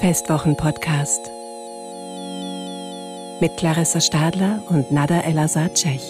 Festwochen-Podcast mit Clarissa Stadler und Nada El-Azad-Cech.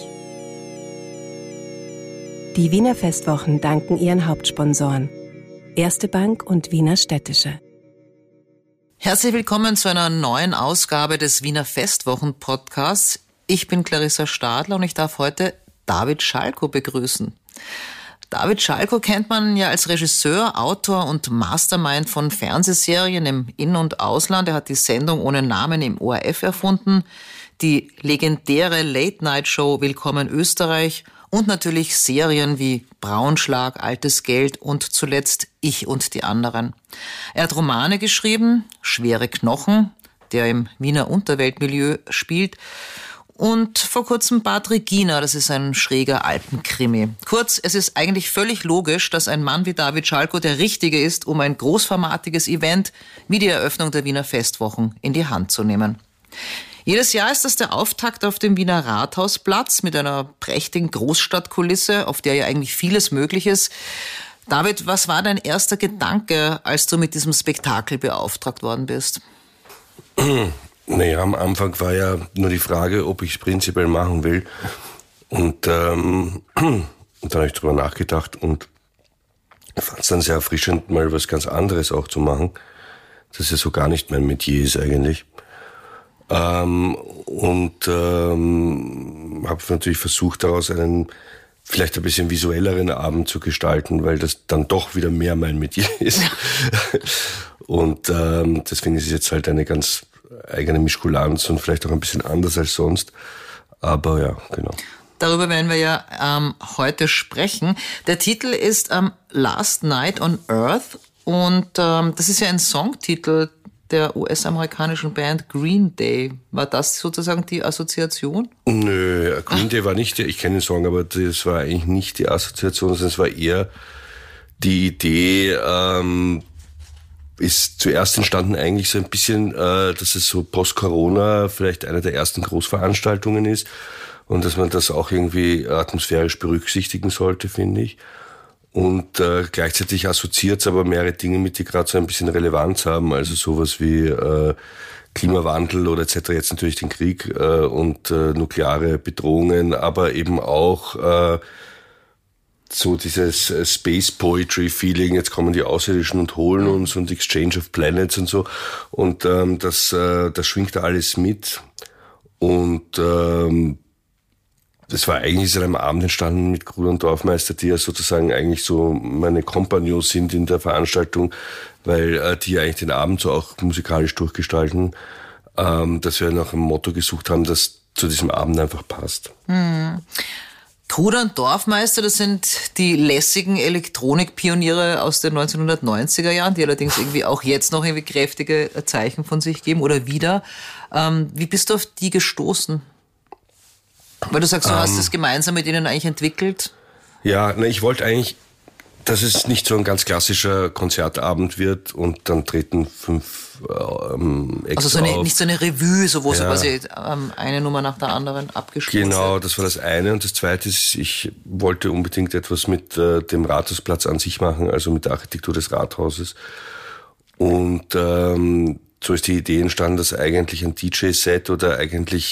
Die Wiener Festwochen danken ihren Hauptsponsoren Erste Bank und Wiener Städtische. Herzlich willkommen zu einer neuen Ausgabe des Wiener Festwochen-Podcasts. Ich bin Clarissa Stadler und ich darf heute David Schalko begrüßen. David Schalko kennt man ja als Regisseur, Autor und Mastermind von Fernsehserien im In- und Ausland. Er hat die Sendung ohne Namen im ORF erfunden, die legendäre Late-Night-Show Willkommen Österreich und natürlich Serien wie Braunschlag, Altes Geld und zuletzt Ich und die anderen. Er hat Romane geschrieben, Schwere Knochen, der im Wiener Unterweltmilieu spielt, und vor kurzem Bad Regina, das ist ein schräger Alpenkrimi. Kurz, es ist eigentlich völlig logisch, dass ein Mann wie David Schalko der Richtige ist, um ein großformatiges Event wie die Eröffnung der Wiener Festwochen in die Hand zu nehmen. Jedes Jahr ist das der Auftakt auf dem Wiener Rathausplatz mit einer prächtigen Großstadtkulisse, auf der ja eigentlich vieles möglich ist. David, was war dein erster Gedanke, als du mit diesem Spektakel beauftragt worden bist? Naja, am Anfang war ja nur die Frage, ob ich es prinzipiell machen will. Und dann habe ich drüber nachgedacht und fand es dann sehr erfrischend, mal was ganz anderes auch zu machen. Das ja so gar nicht mein Metier ist eigentlich. Habe natürlich versucht, daraus einen vielleicht ein bisschen visuelleren Abend zu gestalten, weil das dann doch wieder mehr mein Metier ist. Und deswegen ist es jetzt halt eine ganz eigene Mischkulanz und vielleicht auch ein bisschen anders als sonst. Aber ja, genau. Darüber werden wir ja heute sprechen. Der Titel ist Last Night on Earth und das ist ja ein Songtitel der US-amerikanischen Band Green Day. War das sozusagen die Assoziation? Nö, Green Day war nicht, ich kenne den Song, aber das war eigentlich nicht die Assoziation, sondern es war eher die Idee, ist zuerst entstanden eigentlich so ein bisschen, dass es so post-Corona vielleicht eine der ersten Großveranstaltungen ist und dass man das auch irgendwie atmosphärisch berücksichtigen sollte, finde ich. Und gleichzeitig assoziiert es aber mehrere Dinge mit, die gerade so ein bisschen Relevanz haben, also sowas wie Klimawandel oder etc., jetzt natürlich den Krieg und nukleare Bedrohungen, aber eben auch so dieses Space Poetry Feeling, jetzt kommen die Außerirdischen und holen uns und Exchange of Planets und so. Und das schwingt da alles mit. Und das war eigentlich an einem Abend entstanden mit Gruder und Dorfmeister, die ja sozusagen eigentlich so meine Kompagnons sind in der Veranstaltung, weil die eigentlich den Abend so auch musikalisch durchgestalten, dass wir nach einem Motto gesucht haben, das zu diesem Abend einfach passt. Gruder und Dorfmeister, das sind die lässigen Elektronikpioniere aus den 1990er Jahren, die allerdings irgendwie auch jetzt noch irgendwie kräftige Zeichen von sich geben oder wieder. Wie bist du auf die gestoßen? Weil du sagst, du hast es gemeinsam mit ihnen eigentlich entwickelt. Ja, ich wollte eigentlich, dass es nicht so ein ganz klassischer Konzertabend wird und dann treten 5 Acts auf. Nicht so eine Revue, so wo so quasi eine Nummer nach der anderen abgespielt wird. Genau, das war das eine. Und das zweite ist, ich wollte unbedingt etwas mit dem Rathausplatz an sich machen, also mit der Architektur des Rathauses. Und so ist die Idee entstanden, dass eigentlich ein DJ-Set oder eigentlich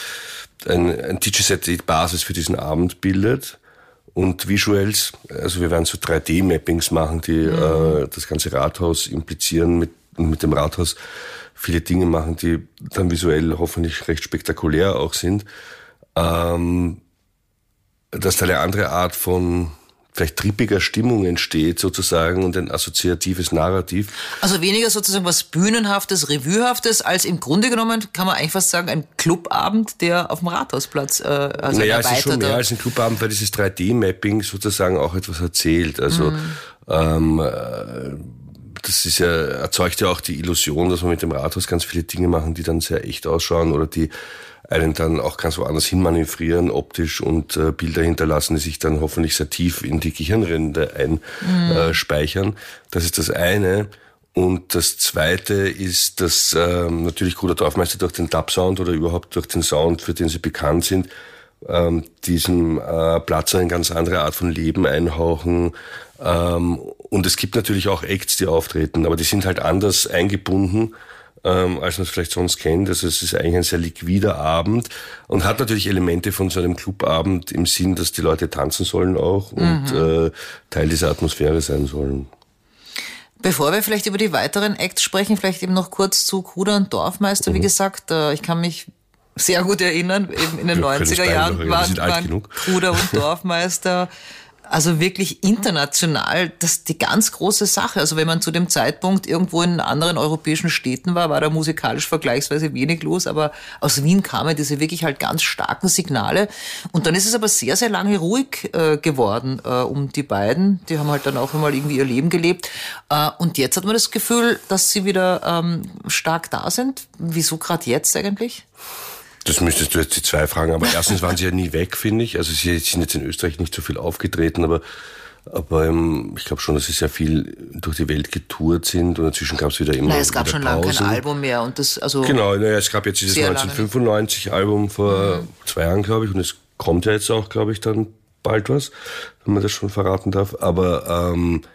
ein DJ-Set die Basis für diesen Abend bildet. Und Visuals, also wir werden so 3D-Mappings machen, die das ganze Rathaus implizieren mit dem Rathaus viele Dinge machen, die dann visuell hoffentlich recht spektakulär auch sind. Dass da eine andere Art von vielleicht trippiger Stimmung entsteht sozusagen und ein assoziatives Narrativ. Also weniger sozusagen was Bühnenhaftes, Revuehaftes, als im Grunde genommen, kann man eigentlich fast sagen, ein Clubabend, der auf dem Rathausplatz naja, es ist schon mehr als ein Clubabend, weil dieses 3D-Mapping sozusagen auch etwas erzählt. Also das ist ja, erzeugt ja auch die Illusion, dass man mit dem Rathaus ganz viele Dinge machen, die dann sehr echt ausschauen oder die einen dann auch ganz woanders hin manövrieren, optisch und Bilder hinterlassen, die sich dann hoffentlich sehr tief in die Gehirnrinde einspeichern. Das ist das eine. Und das zweite ist, dass natürlich Gruder Dorfmeister durch den Dub-Sound oder überhaupt durch den Sound, für den sie bekannt sind, diesem Platz eine ganz andere Art von Leben einhauchen. Und es gibt natürlich auch Acts, die auftreten, aber die sind halt anders eingebunden, als man es vielleicht sonst kennt. Also es ist eigentlich ein sehr liquider Abend und hat natürlich Elemente von so einem Clubabend im Sinn, dass die Leute tanzen sollen auch und Teil dieser Atmosphäre sein sollen. Bevor wir vielleicht über die weiteren Acts sprechen, vielleicht eben noch kurz zu Kruder und Dorfmeister. Wie gesagt, ich kann mich sehr gut erinnern, eben in den 90er Jahren waren Kruder und Dorfmeister also wirklich international die ganz große Sache. Also wenn man zu dem Zeitpunkt irgendwo in anderen europäischen Städten war da musikalisch vergleichsweise wenig los, aber aus Wien kamen diese wirklich halt ganz starken Signale. Und dann ist es aber sehr, sehr lange ruhig geworden um die beiden. Die haben halt dann auch einmal irgendwie ihr Leben gelebt. Und jetzt hat man das Gefühl, dass sie wieder stark da sind. Wieso gerade jetzt eigentlich? Das müsstest du jetzt die zwei fragen, aber erstens waren sie ja nie weg, finde ich. Also sie sind jetzt in Österreich nicht so viel aufgetreten, aber ich glaube schon, dass sie sehr viel durch die Welt getourt sind und dazwischen gab es wieder immer es gab schon lange kein Album mehr. Und das, also genau, es gab jetzt dieses 1995 Album vor 2 Jahren, glaube ich, und es kommt ja jetzt auch, glaube ich, dann bald was, wenn man das schon verraten darf. Aber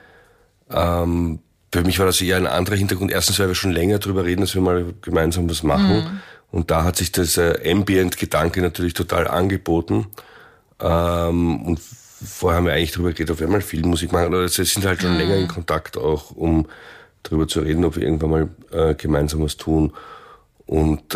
für mich war das eher ein anderer Hintergrund. Erstens, weil wir schon länger drüber reden, dass wir mal gemeinsam was machen. Und da hat sich das Ambient-Gedanke natürlich total angeboten. Und vorher haben wir eigentlich drüber geredet, ob wir mal Filmmusik machen. Oder also wir sind halt schon länger in Kontakt auch, um drüber zu reden, ob wir irgendwann mal gemeinsam was tun. Und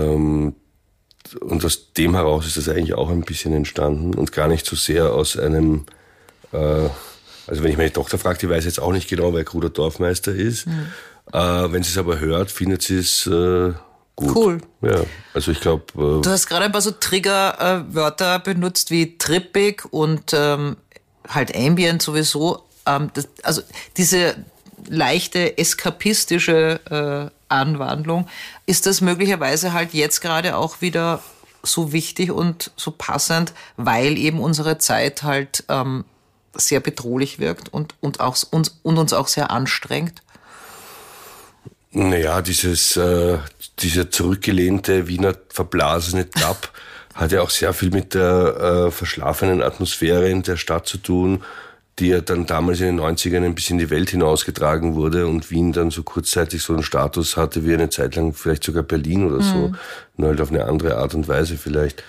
aus dem heraus ist das eigentlich auch ein bisschen entstanden. Und gar nicht so sehr aus einem... also wenn ich meine Tochter frage, die weiß jetzt auch nicht genau, wer Kruder Dorfmeister ist. Wenn sie es aber hört, findet sie es... gut. Cool. Ja, also ich glaube... du hast gerade ein paar so Triggerwörter benutzt wie trippig und halt Ambient sowieso. Also diese leichte eskapistische Anwandlung, ist das möglicherweise halt jetzt gerade auch wieder so wichtig und so passend, weil eben unsere Zeit halt sehr bedrohlich wirkt und uns auch sehr anstrengt? Naja, dieser zurückgelehnte Wiener verblasene Dub hat ja auch sehr viel mit der verschlafenen Atmosphäre in der Stadt zu tun, die ja dann damals in den 90ern ein bisschen in die Welt hinausgetragen wurde und Wien dann so kurzzeitig so einen Status hatte wie eine Zeit lang vielleicht sogar Berlin oder so, nur halt auf eine andere Art und Weise vielleicht.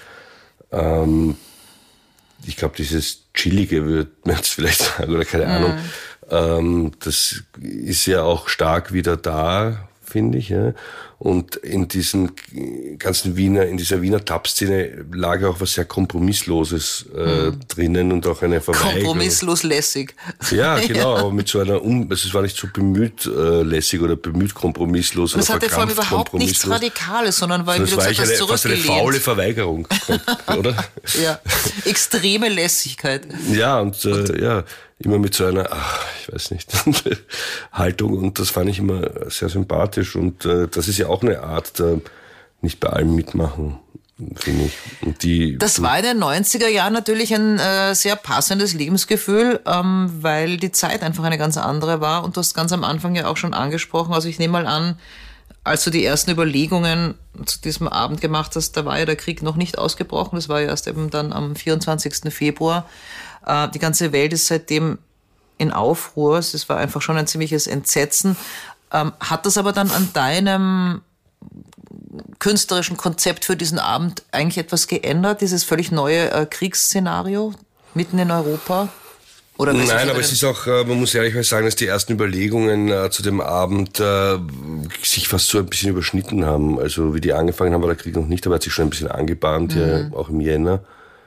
Ich glaube, dieses Chillige würde man jetzt vielleicht sagen, oder keine Ahnung. Das ist ja auch stark wieder da, finde ich. Ja. Und in diesem ganzen in dieser Wiener Tab-Szene lag auch was sehr Kompromissloses drinnen und auch eine Verweigerung. Kompromisslos lässig. Ja, genau, aber mit so einer, es war nicht so bemüht lässig oder bemüht kompromisslos. Und es hatte vor allem überhaupt nichts Radikales, sondern war, wie du gesagt hast, zurückgelehnt. Fast eine faule Verweigerung, oder? Ja, extreme Lässigkeit. Ja, und immer mit so einer, ich weiß nicht, Haltung, und das fand ich immer sehr sympathisch, und das ist ja auch eine Art, nicht bei allem mitmachen, finde ich. Und das war in den 90er Jahren natürlich ein sehr passendes Lebensgefühl, weil die Zeit einfach eine ganz andere war, und du hast ganz am Anfang ja auch schon angesprochen, also ich nehme mal an, als du die ersten Überlegungen zu diesem Abend gemacht hast, da war ja der Krieg noch nicht ausgebrochen, das war ja erst eben dann am 24. Februar. Die ganze Welt ist seitdem in Aufruhr. Es war einfach schon ein ziemliches Entsetzen. Hat das aber dann an deinem künstlerischen Konzept für diesen Abend eigentlich etwas geändert, dieses völlig neue Kriegsszenario mitten in Europa? Oder nein, aber es ist auch, man muss ehrlich sagen, dass die ersten Überlegungen zu dem Abend sich fast so ein bisschen überschnitten haben. Also wie die angefangen haben, war der Krieg noch nicht, aber hat sich schon ein bisschen angebahnt, ja, auch im Jänner.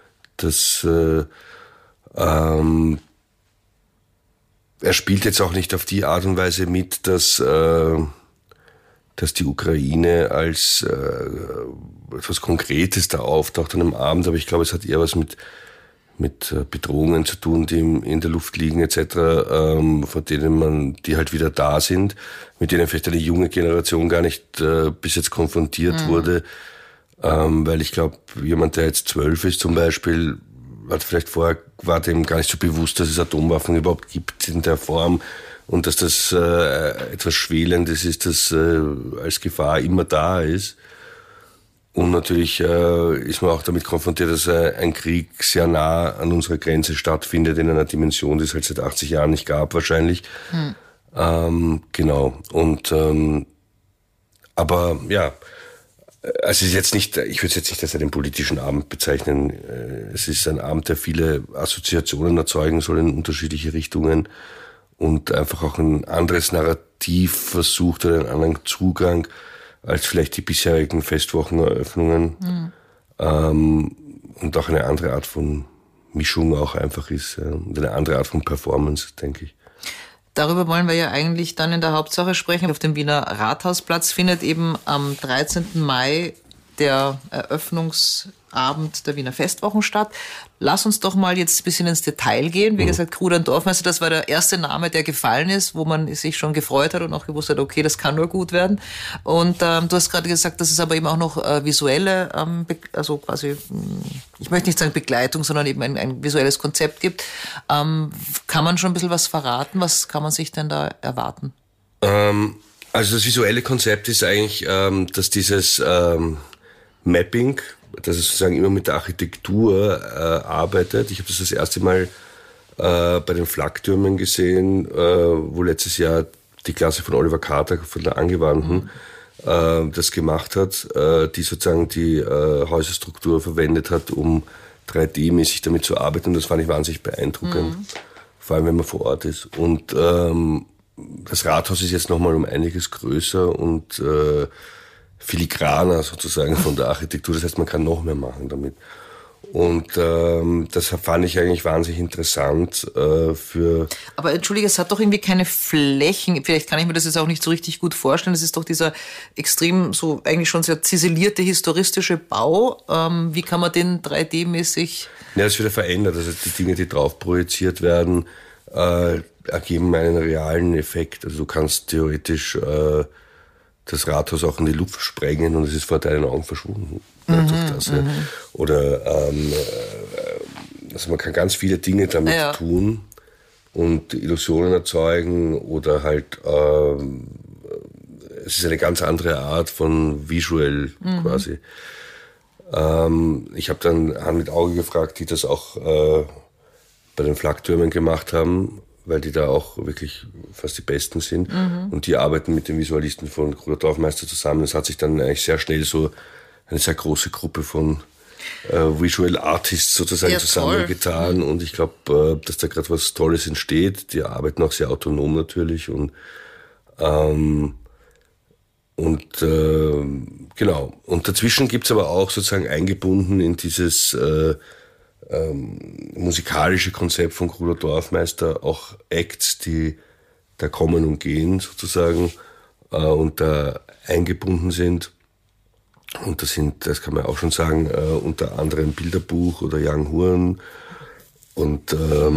Er spielt jetzt auch nicht auf die Art und Weise mit, dass die Ukraine als etwas Konkretes da auftaucht an einem Abend, aber ich glaube, es hat eher was mit Bedrohungen zu tun, die in der Luft liegen etc., von denen die halt wieder da sind, mit denen vielleicht eine junge Generation gar nicht bis jetzt konfrontiert wurde, weil ich glaube, jemand, der jetzt 12 ist zum Beispiel, war dem gar nicht so bewusst, dass es Atomwaffen überhaupt gibt in der Form und dass das etwas Schwelendes ist, das als Gefahr immer da ist. Und natürlich ist man auch damit konfrontiert, dass ein Krieg sehr nah an unserer Grenze stattfindet, in einer Dimension, die es halt seit 80 Jahren nicht gab wahrscheinlich. Genau. Und aber ja, also es ist jetzt nicht, ich würde es jetzt nicht als einen politischen Abend bezeichnen. Es ist ein Abend, der viele Assoziationen erzeugen soll in unterschiedliche Richtungen und einfach auch ein anderes Narrativ versucht oder einen anderen Zugang als vielleicht die bisherigen Festwocheneröffnungen. Und auch eine andere Art von Mischung auch einfach ist und eine andere Art von Performance, denke ich. Darüber wollen wir ja eigentlich dann in der Hauptsache sprechen. Auf dem Wiener Rathausplatz findet eben am 13. Mai der Eröffnungsabend der Wiener Festwochen statt. Lass uns doch mal jetzt ein bisschen ins Detail gehen. Wie gesagt, Kruder und Dorfmeister, das war der erste Name, der gefallen ist, wo man sich schon gefreut hat und auch gewusst hat, okay, das kann nur gut werden. Und du hast gerade gesagt, dass es aber eben auch noch visuelle, also quasi, ich möchte nicht sagen Begleitung, sondern eben ein visuelles Konzept gibt. Kann man schon ein bisschen was verraten? Was kann man sich denn da erwarten? Also das visuelle Konzept ist eigentlich, dass dieses Mapping, dass es sozusagen immer mit der Architektur arbeitet. Ich habe das erste Mal bei den Flaktürmen gesehen, wo letztes Jahr die Klasse von Oliver Carter von der Angewandten das gemacht hat, die sozusagen die Häuserstruktur verwendet hat, um 3D-mäßig damit zu arbeiten. Und das fand ich wahnsinnig beeindruckend, vor allem wenn man vor Ort ist. Und das Rathaus ist jetzt nochmal um einiges größer und filigraner sozusagen von der Architektur. Das heißt, man kann noch mehr machen damit. Und das fand ich eigentlich wahnsinnig interessant für... Aber entschuldige, es hat doch irgendwie keine Flächen. Vielleicht kann ich mir das jetzt auch nicht so richtig gut vorstellen. Es ist doch dieser extrem, so eigentlich schon sehr ziselierte historistische Bau. Wie kann man den 3D-mäßig... Ja, das wird ja verändert. Also die Dinge, die drauf projiziert werden, ergeben einen realen Effekt. Also du kannst theoretisch das Rathaus auch in die Luft sprengen und es ist vor deinen Augen verschwunden. Oder also man kann ganz viele Dinge damit tun und Illusionen erzeugen oder halt es ist eine ganz andere Art von visuell quasi. Ich habe dann Hand mit Auge gefragt, die das auch bei den Flaktürmen gemacht haben, weil die da auch wirklich fast die Besten sind. Und die arbeiten mit den Visualisten von Kruder Dorfmeister zusammen. Es hat sich dann eigentlich sehr schnell so eine sehr große Gruppe von Visual Artists sozusagen zusammengetan. Und ich glaube, dass da gerade was Tolles entsteht. Die arbeiten auch sehr autonom natürlich. Und genau. Und dazwischen gibt's aber auch sozusagen eingebunden in dieses musikalische Konzept von Kruder Dorfmeister auch Acts, die da kommen und gehen sozusagen und da eingebunden sind. Und das kann man auch schon sagen, unter anderem Bilderbuch oder Young Horn und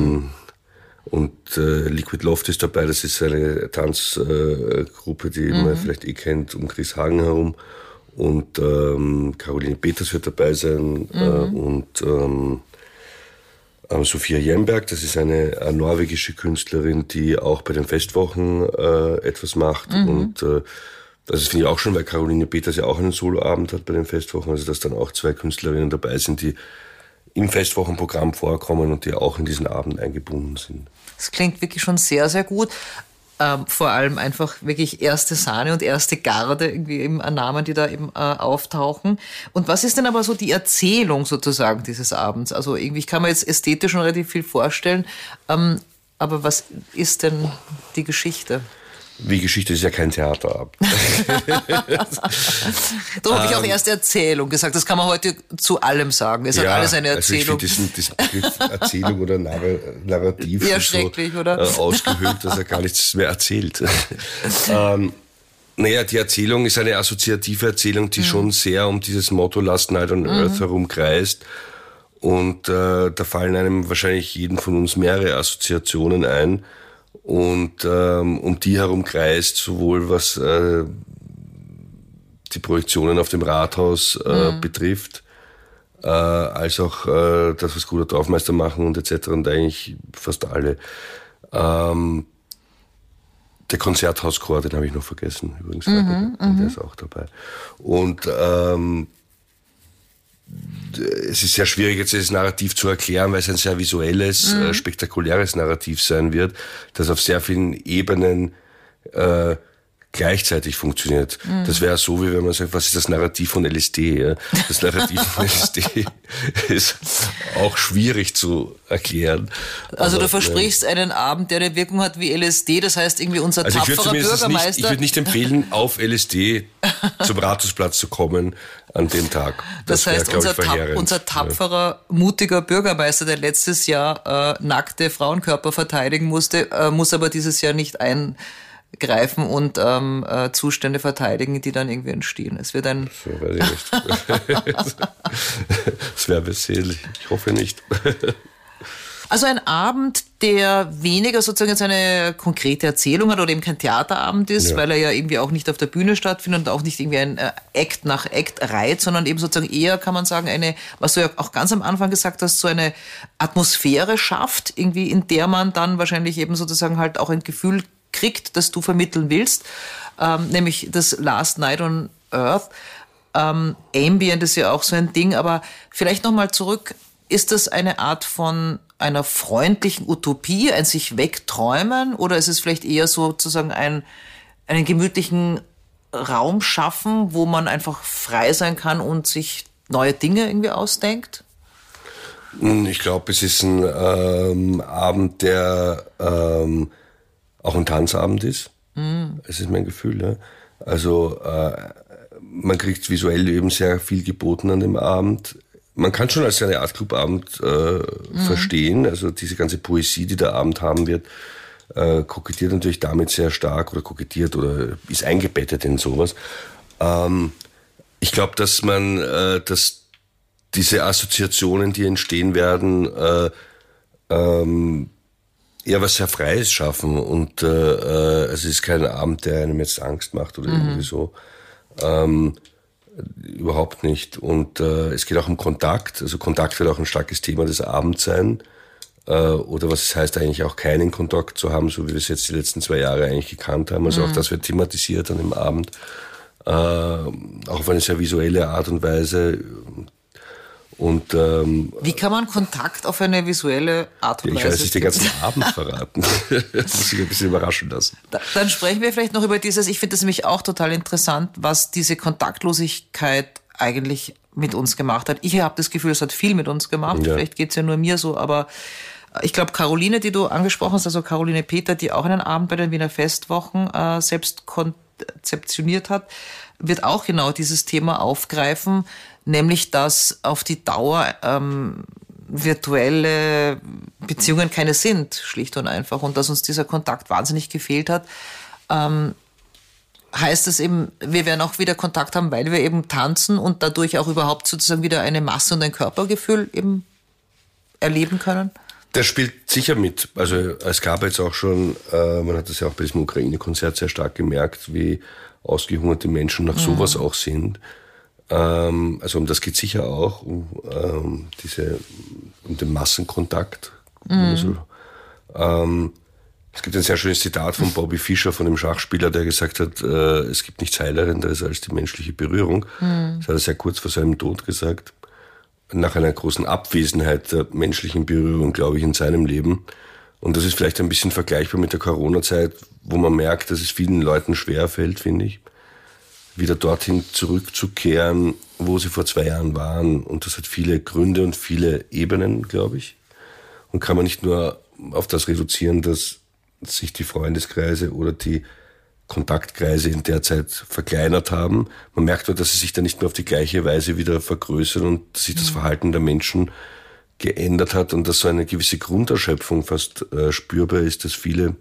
Liquid Loft ist dabei. Das ist eine Tanzgruppe, die man vielleicht kennt, um Chris Hagen herum. Und Caroline Peters wird dabei sein und Sophia Jemberg, das ist eine norwegische Künstlerin, die auch bei den Festwochen etwas macht. Und das finde ich auch schon, weil Caroline Peters ja auch einen Soloabend hat bei den Festwochen. Also dass dann auch zwei Künstlerinnen dabei sind, die im Festwochenprogramm vorkommen und die auch in diesen Abend eingebunden sind. Das klingt wirklich schon sehr, sehr gut. Vor allem einfach wirklich erste Sahne und erste Garde, irgendwie eben an Namen, die da eben auftauchen. Und was ist denn aber so die Erzählung sozusagen dieses Abends? Also irgendwie, ich kann mir jetzt ästhetisch schon relativ viel vorstellen, aber was ist denn die Geschichte? Wie Geschichte ist ja kein Theaterabend. Darum habe ich auch erst Erzählung gesagt. Das kann man heute zu allem sagen. Es hat alles eine Erzählung. Also ich finde diesen Begriff Erzählung oder Narrativ ja, schrecklich, so oder? Ausgehöhlt, dass er gar nichts mehr erzählt. Naja, die Erzählung ist eine assoziative Erzählung, die schon sehr um dieses Motto Last Night on Earth herum kreist. Und da fallen einem wahrscheinlich jeden von uns mehrere Assoziationen ein. Und um die herum kreist sowohl was die Projektionen auf dem Rathaus betrifft, als auch das, was Kruder Dorfmeister machen und etc. und eigentlich fast alle. Der Konzerthauschor, den habe ich noch vergessen übrigens, der ist auch dabei. Und es ist sehr schwierig, jetzt das Narrativ zu erklären, weil es ein sehr visuelles, spektakuläres Narrativ sein wird, das auf sehr vielen Ebenen gleichzeitig funktioniert. Das wäre so, wie wenn man sagt, was ist das Narrativ von LSD? Ja? Das Narrativ von LSD ist auch schwierig zu erklären. Also du versprichst einen Abend, der eine Wirkung hat wie LSD, das heißt irgendwie unser tapferer Bürgermeister. Ich würde nicht empfehlen, auf LSD zum Rathausplatz zu kommen an dem Tag. Das heißt, unser tapferer, mutiger Bürgermeister, der letztes Jahr nackte Frauenkörper verteidigen musste, muss aber dieses Jahr nicht eingreifen und Zustände verteidigen, die dann irgendwie entstehen. Es wird ein... So weiß ich nicht. Das wäre befehllich. Ich hoffe nicht. Also ein Abend, der weniger sozusagen jetzt eine konkrete Erzählung hat oder eben kein Theaterabend ist, weil er ja irgendwie auch nicht auf der Bühne stattfindet und auch nicht irgendwie ein Act nach Act reiht, sondern eben sozusagen eher, kann man sagen, eine, was du ja auch ganz am Anfang gesagt hast, so eine Atmosphäre schafft, irgendwie in der man dann wahrscheinlich eben sozusagen halt auch ein Gefühl kriegt, das du vermitteln willst, nämlich das Last Night on Earth. Ambient ist ja auch so ein Ding, aber vielleicht nochmal zurück, ist das eine Art von einer freundlichen Utopie, ein sich wegträumen, oder ist es vielleicht eher sozusagen einen gemütlichen Raum schaffen, wo man einfach frei sein kann und sich neue Dinge irgendwie ausdenkt? Ich glaube, es ist ein Abend, der auch ein Tanzabend ist. Es ist mein Gefühl. Ja. Also man kriegt visuell eben sehr viel geboten an dem Abend. Man kann schon als eine Art Clubabend verstehen. Also diese ganze Poesie, die der Abend haben wird, kokettiert natürlich damit sehr stark oder ist eingebettet in sowas. Ich glaube, dass diese Assoziationen, die entstehen werden, eher was sehr Freies schaffen und es ist kein Abend, der einem jetzt Angst macht oder irgendwie so. Überhaupt nicht. Und es geht auch um Kontakt. Also Kontakt wird auch ein starkes Thema des Abends sein. Oder was es heißt, eigentlich auch keinen Kontakt zu haben, so wie wir es jetzt die letzten 2 Jahre eigentlich gekannt haben. Also auch das wird thematisiert an dem Abend. Auch auf eine sehr visuelle Art und Weise. Und wie kann man Kontakt auf eine visuelle Art und Weise? Ich werde nicht den ganzen Abend verraten. Das muss ich ein bisschen überraschen lassen. Dann sprechen wir vielleicht noch über dieses, ich finde das nämlich auch total interessant, was diese Kontaktlosigkeit eigentlich mit uns gemacht hat. Ich habe das Gefühl, es hat viel mit uns gemacht. Ja. Vielleicht geht's ja nur mir so, aber ich glaube, Caroline, die du angesprochen hast, also Caroline Peter, die auch einen Abend bei den Wiener Festwochen selbst konzeptioniert hat, wird auch genau dieses Thema aufgreifen, nämlich dass auf die Dauer virtuelle Beziehungen keine sind, schlicht und einfach, und dass uns dieser Kontakt wahnsinnig gefehlt hat. Heißt es eben, wir werden auch wieder Kontakt haben, weil wir eben tanzen und dadurch auch überhaupt sozusagen wieder eine Masse und ein Körpergefühl eben erleben können? Das spielt sicher mit. Also es gab jetzt auch schon, man hat das ja auch bei diesem Ukraine-Konzert sehr stark gemerkt, wie ausgehungerte Menschen nach sowas auch sind. Also um das geht sicher auch, um den Massenkontakt. Es gibt ein sehr schönes Zitat von Bobby Fischer, von dem Schachspieler, der gesagt hat, es gibt nichts Heilerendes als die menschliche Berührung. Das hat er sehr kurz vor seinem Tod gesagt. Nach einer großen Abwesenheit der menschlichen Berührung, glaube ich, in seinem Leben. Und das ist vielleicht ein bisschen vergleichbar mit der Corona-Zeit, wo man merkt, dass es vielen Leuten schwer fällt, finde ich, wieder dorthin zurückzukehren, wo sie vor 2 Jahren waren. Und das hat viele Gründe und viele Ebenen, glaube ich. Und kann man nicht nur auf das reduzieren, dass sich die Freundeskreise oder die Kontaktkreise in der Zeit verkleinert haben. Man merkt nur, dass sie sich dann nicht mehr auf die gleiche Weise wieder vergrößern und sich das Verhalten der Menschen geändert hat und dass so eine gewisse Grunderschöpfung fast spürbar ist, dass viele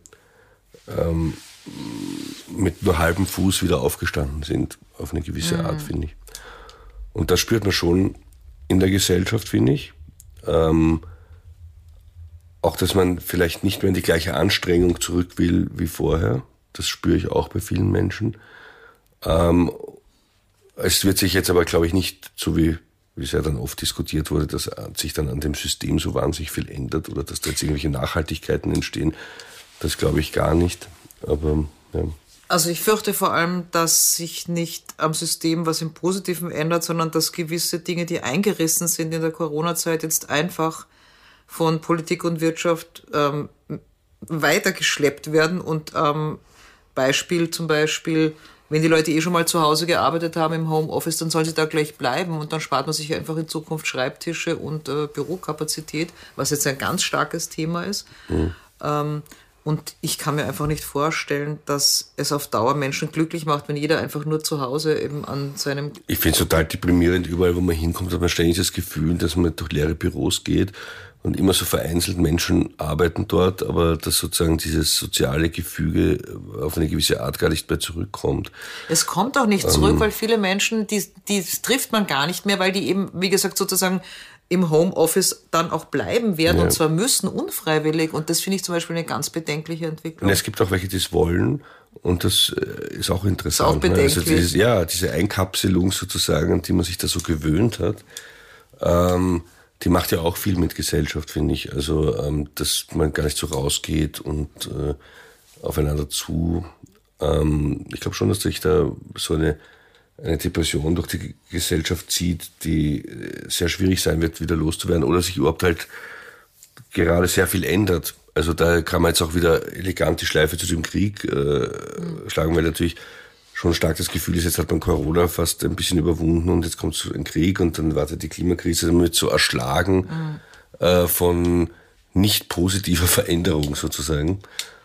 mit nur halbem Fuß wieder aufgestanden sind, auf eine gewisse Art, finde ich. Und das spürt man schon in der Gesellschaft, finde ich. Auch, dass man vielleicht nicht mehr in die gleiche Anstrengung zurück will wie vorher. Das spüre ich auch bei vielen Menschen. Es wird sich jetzt aber, glaube ich, nicht, so wie es ja dann oft diskutiert wurde, dass sich dann an dem System so wahnsinnig viel ändert oder dass da jetzt irgendwelche Nachhaltigkeiten entstehen. Das glaube ich gar nicht. Aber ja. Also ich fürchte vor allem, dass sich nicht am System was im Positiven ändert, sondern dass gewisse Dinge, die eingerissen sind in der Corona-Zeit, jetzt einfach von Politik und Wirtschaft weitergeschleppt werden. Und Beispiel zum Beispiel, wenn die Leute schon mal zu Hause gearbeitet haben im Homeoffice, dann sollen sie da gleich bleiben und dann spart man sich einfach in Zukunft Schreibtische und Bürokapazität, was jetzt ein ganz starkes Thema ist. Und ich kann mir einfach nicht vorstellen, dass es auf Dauer Menschen glücklich macht, wenn jeder einfach nur zu Hause eben an seinem... Ich finde es total deprimierend, überall wo man hinkommt, hat man ständig das Gefühl, dass man durch leere Büros geht und immer so vereinzelt Menschen arbeiten dort, aber dass sozusagen dieses soziale Gefüge auf eine gewisse Art gar nicht mehr zurückkommt. Es kommt auch nicht zurück, weil viele Menschen, die trifft man gar nicht mehr, weil die eben, wie gesagt, sozusagen im Homeoffice dann auch bleiben werden und zwar müssen unfreiwillig. Und das finde ich zum Beispiel eine ganz bedenkliche Entwicklung. Und es gibt auch welche, die es wollen und das ist auch interessant. Ist auch bedenklich. Also diese Einkapselung sozusagen, an die man sich da so gewöhnt hat, die macht ja auch viel mit Gesellschaft, finde ich. Also, dass man gar nicht so rausgeht und aufeinander zu. Ich glaube schon, dass sich da so eine Depression durch die Gesellschaft zieht, die sehr schwierig sein wird, wieder loszuwerden oder sich überhaupt halt gerade sehr viel ändert. Also da kann man jetzt auch wieder elegant die Schleife zu dem Krieg schlagen, weil natürlich schon stark das Gefühl ist, jetzt hat man Corona fast ein bisschen überwunden und jetzt kommt so ein Krieg und dann wartet die Klimakrise, dann wird so erschlagen von nicht positiver Veränderung sozusagen.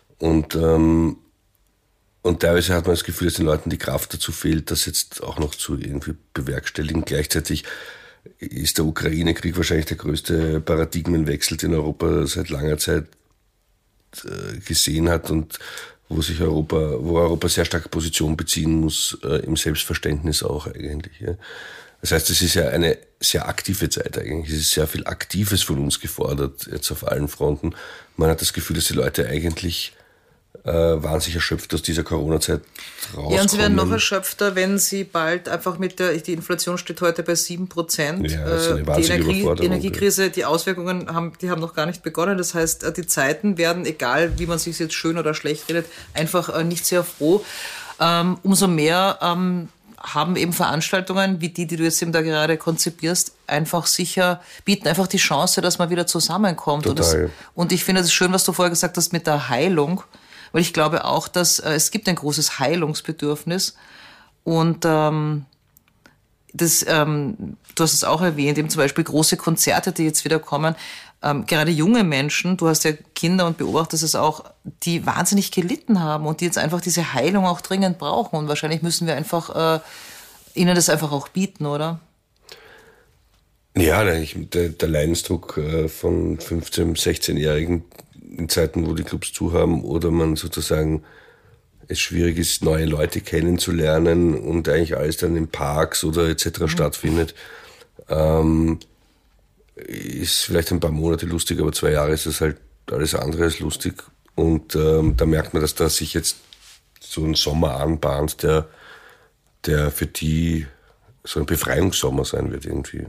Und teilweise hat man das Gefühl, dass den Leuten die Kraft dazu fehlt, das jetzt auch noch zu irgendwie bewerkstelligen. Gleichzeitig ist der Ukraine-Krieg wahrscheinlich der größte Paradigmenwechsel, den Europa seit langer Zeit gesehen hat und wo Europa sehr stark Position beziehen muss, im Selbstverständnis auch eigentlich. Ja. Das heißt, es ist ja eine sehr aktive Zeit eigentlich. Es ist sehr viel Aktives von uns gefordert, jetzt auf allen Fronten. Man hat das Gefühl, dass die Leute eigentlich wahnsinnig erschöpft aus dieser Corona-Zeit rauskommen. Ja, und sie werden noch erschöpfter, wenn sie bald einfach die Inflation steht heute bei 7%. Ja, das ist eine wahnsinnige Überforderung. Die Energiekrise, die Auswirkungen haben noch gar nicht begonnen. Das heißt, die Zeiten werden, egal wie man sich jetzt schön oder schlecht redet, einfach nicht sehr froh. Umso mehr haben eben Veranstaltungen wie die du jetzt eben da gerade konzipierst, bieten einfach die Chance, dass man wieder zusammenkommt. Total. Und ich finde es schön, was du vorher gesagt hast mit der Heilung. Weil ich glaube auch, dass es gibt ein großes Heilungsbedürfnis. Und du hast es auch erwähnt, eben zum Beispiel große Konzerte, die jetzt wieder kommen. Gerade junge Menschen, du hast ja Kinder und beobachtest es auch, die wahnsinnig gelitten haben und die jetzt einfach diese Heilung auch dringend brauchen. Und wahrscheinlich müssen wir einfach ihnen das einfach auch bieten, oder? Ja, der Leidensdruck von 15-, 16-Jährigen in Zeiten, wo die Clubs zu haben oder man sozusagen es schwierig ist, neue Leute kennenzulernen und eigentlich alles dann in Parks oder etc. stattfindet, ist vielleicht ein paar Monate lustig, aber 2 Jahre ist es halt alles andere als lustig. Und da merkt man, dass da sich jetzt so ein Sommer anbahnt, der für die so ein Befreiungssommer sein wird irgendwie.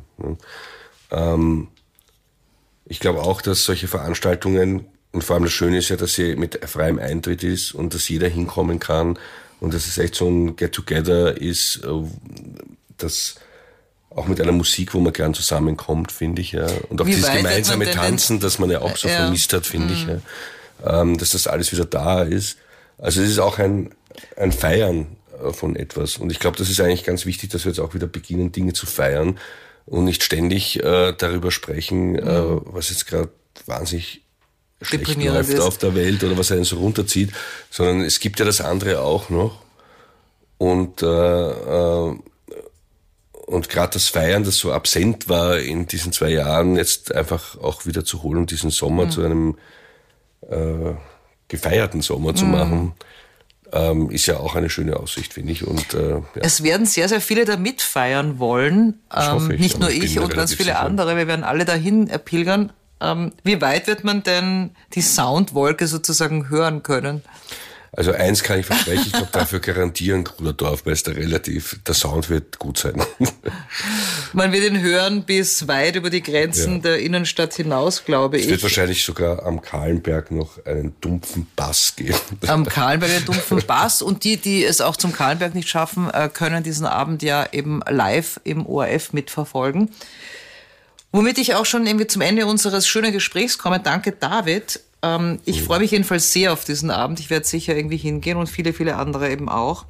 Ich glaube auch, dass solche Veranstaltungen, und vor allem das Schöne ist ja, dass sie mit freiem Eintritt ist und dass jeder hinkommen kann und dass es echt so ein Get-Together ist, das auch mit einer Musik, wo man gern zusammenkommt, finde ich. Ja. Und auch dieses gemeinsame Tanzen, das man ja auch so vermisst hat, finde ich. Ja. Dass das alles wieder da ist. Also es ist auch ein Feiern von etwas. Und ich glaube, das ist eigentlich ganz wichtig, dass wir jetzt auch wieder beginnen, Dinge zu feiern und nicht ständig darüber sprechen, was jetzt gerade wahnsinnig schlecht läuft auf der Welt oder was einen so runterzieht, sondern es gibt ja das andere auch noch. Und gerade das Feiern, das so absent war in diesen 2 Jahren, jetzt einfach auch wieder zu holen und diesen Sommer zu einem gefeierten Sommer zu machen, ist ja auch eine schöne Aussicht, finde ich. Und, ja. Es werden sehr, sehr viele da mitfeiern wollen. Nicht nur ich und ganz viele andere. Wir werden alle dahin pilgern. Wie weit wird man denn die Soundwolke sozusagen hören können? Also eins kann ich versprechen, ich glaube dafür garantieren Gruderdorf, weil der Sound wird gut sein. Man wird ihn hören bis weit über die Grenzen der Innenstadt hinaus, glaube ich. Es wird wahrscheinlich sogar am Kahlenberg noch einen dumpfen Bass geben. Am Kahlenberg einen dumpfen Bass, und die es auch zum Kahlenberg nicht schaffen, können diesen Abend ja eben live im ORF mitverfolgen. Womit ich auch schon irgendwie zum Ende unseres schönen Gesprächs komme. Danke, David. Ich freue mich jedenfalls sehr auf diesen Abend. Ich werde sicher irgendwie hingehen und viele, viele andere eben auch.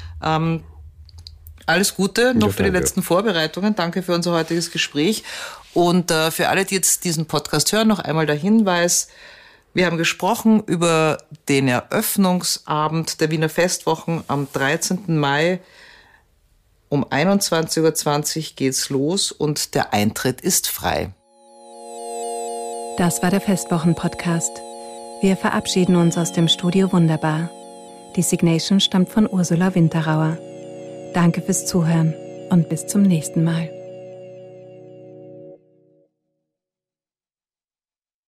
Alles Gute noch für die letzten Vorbereitungen. Danke für unser heutiges Gespräch. Und für alle, die jetzt diesen Podcast hören, noch einmal der Hinweis. Wir haben gesprochen über den Eröffnungsabend der Wiener Festwochen am 13. Mai. Um 21.20 Uhr geht's los und der Eintritt ist frei. Das war der Festwochen-Podcast. Wir verabschieden uns aus dem Studio Wunderbar. Die Signation stammt von Ursula Winterauer. Danke fürs Zuhören und bis zum nächsten Mal.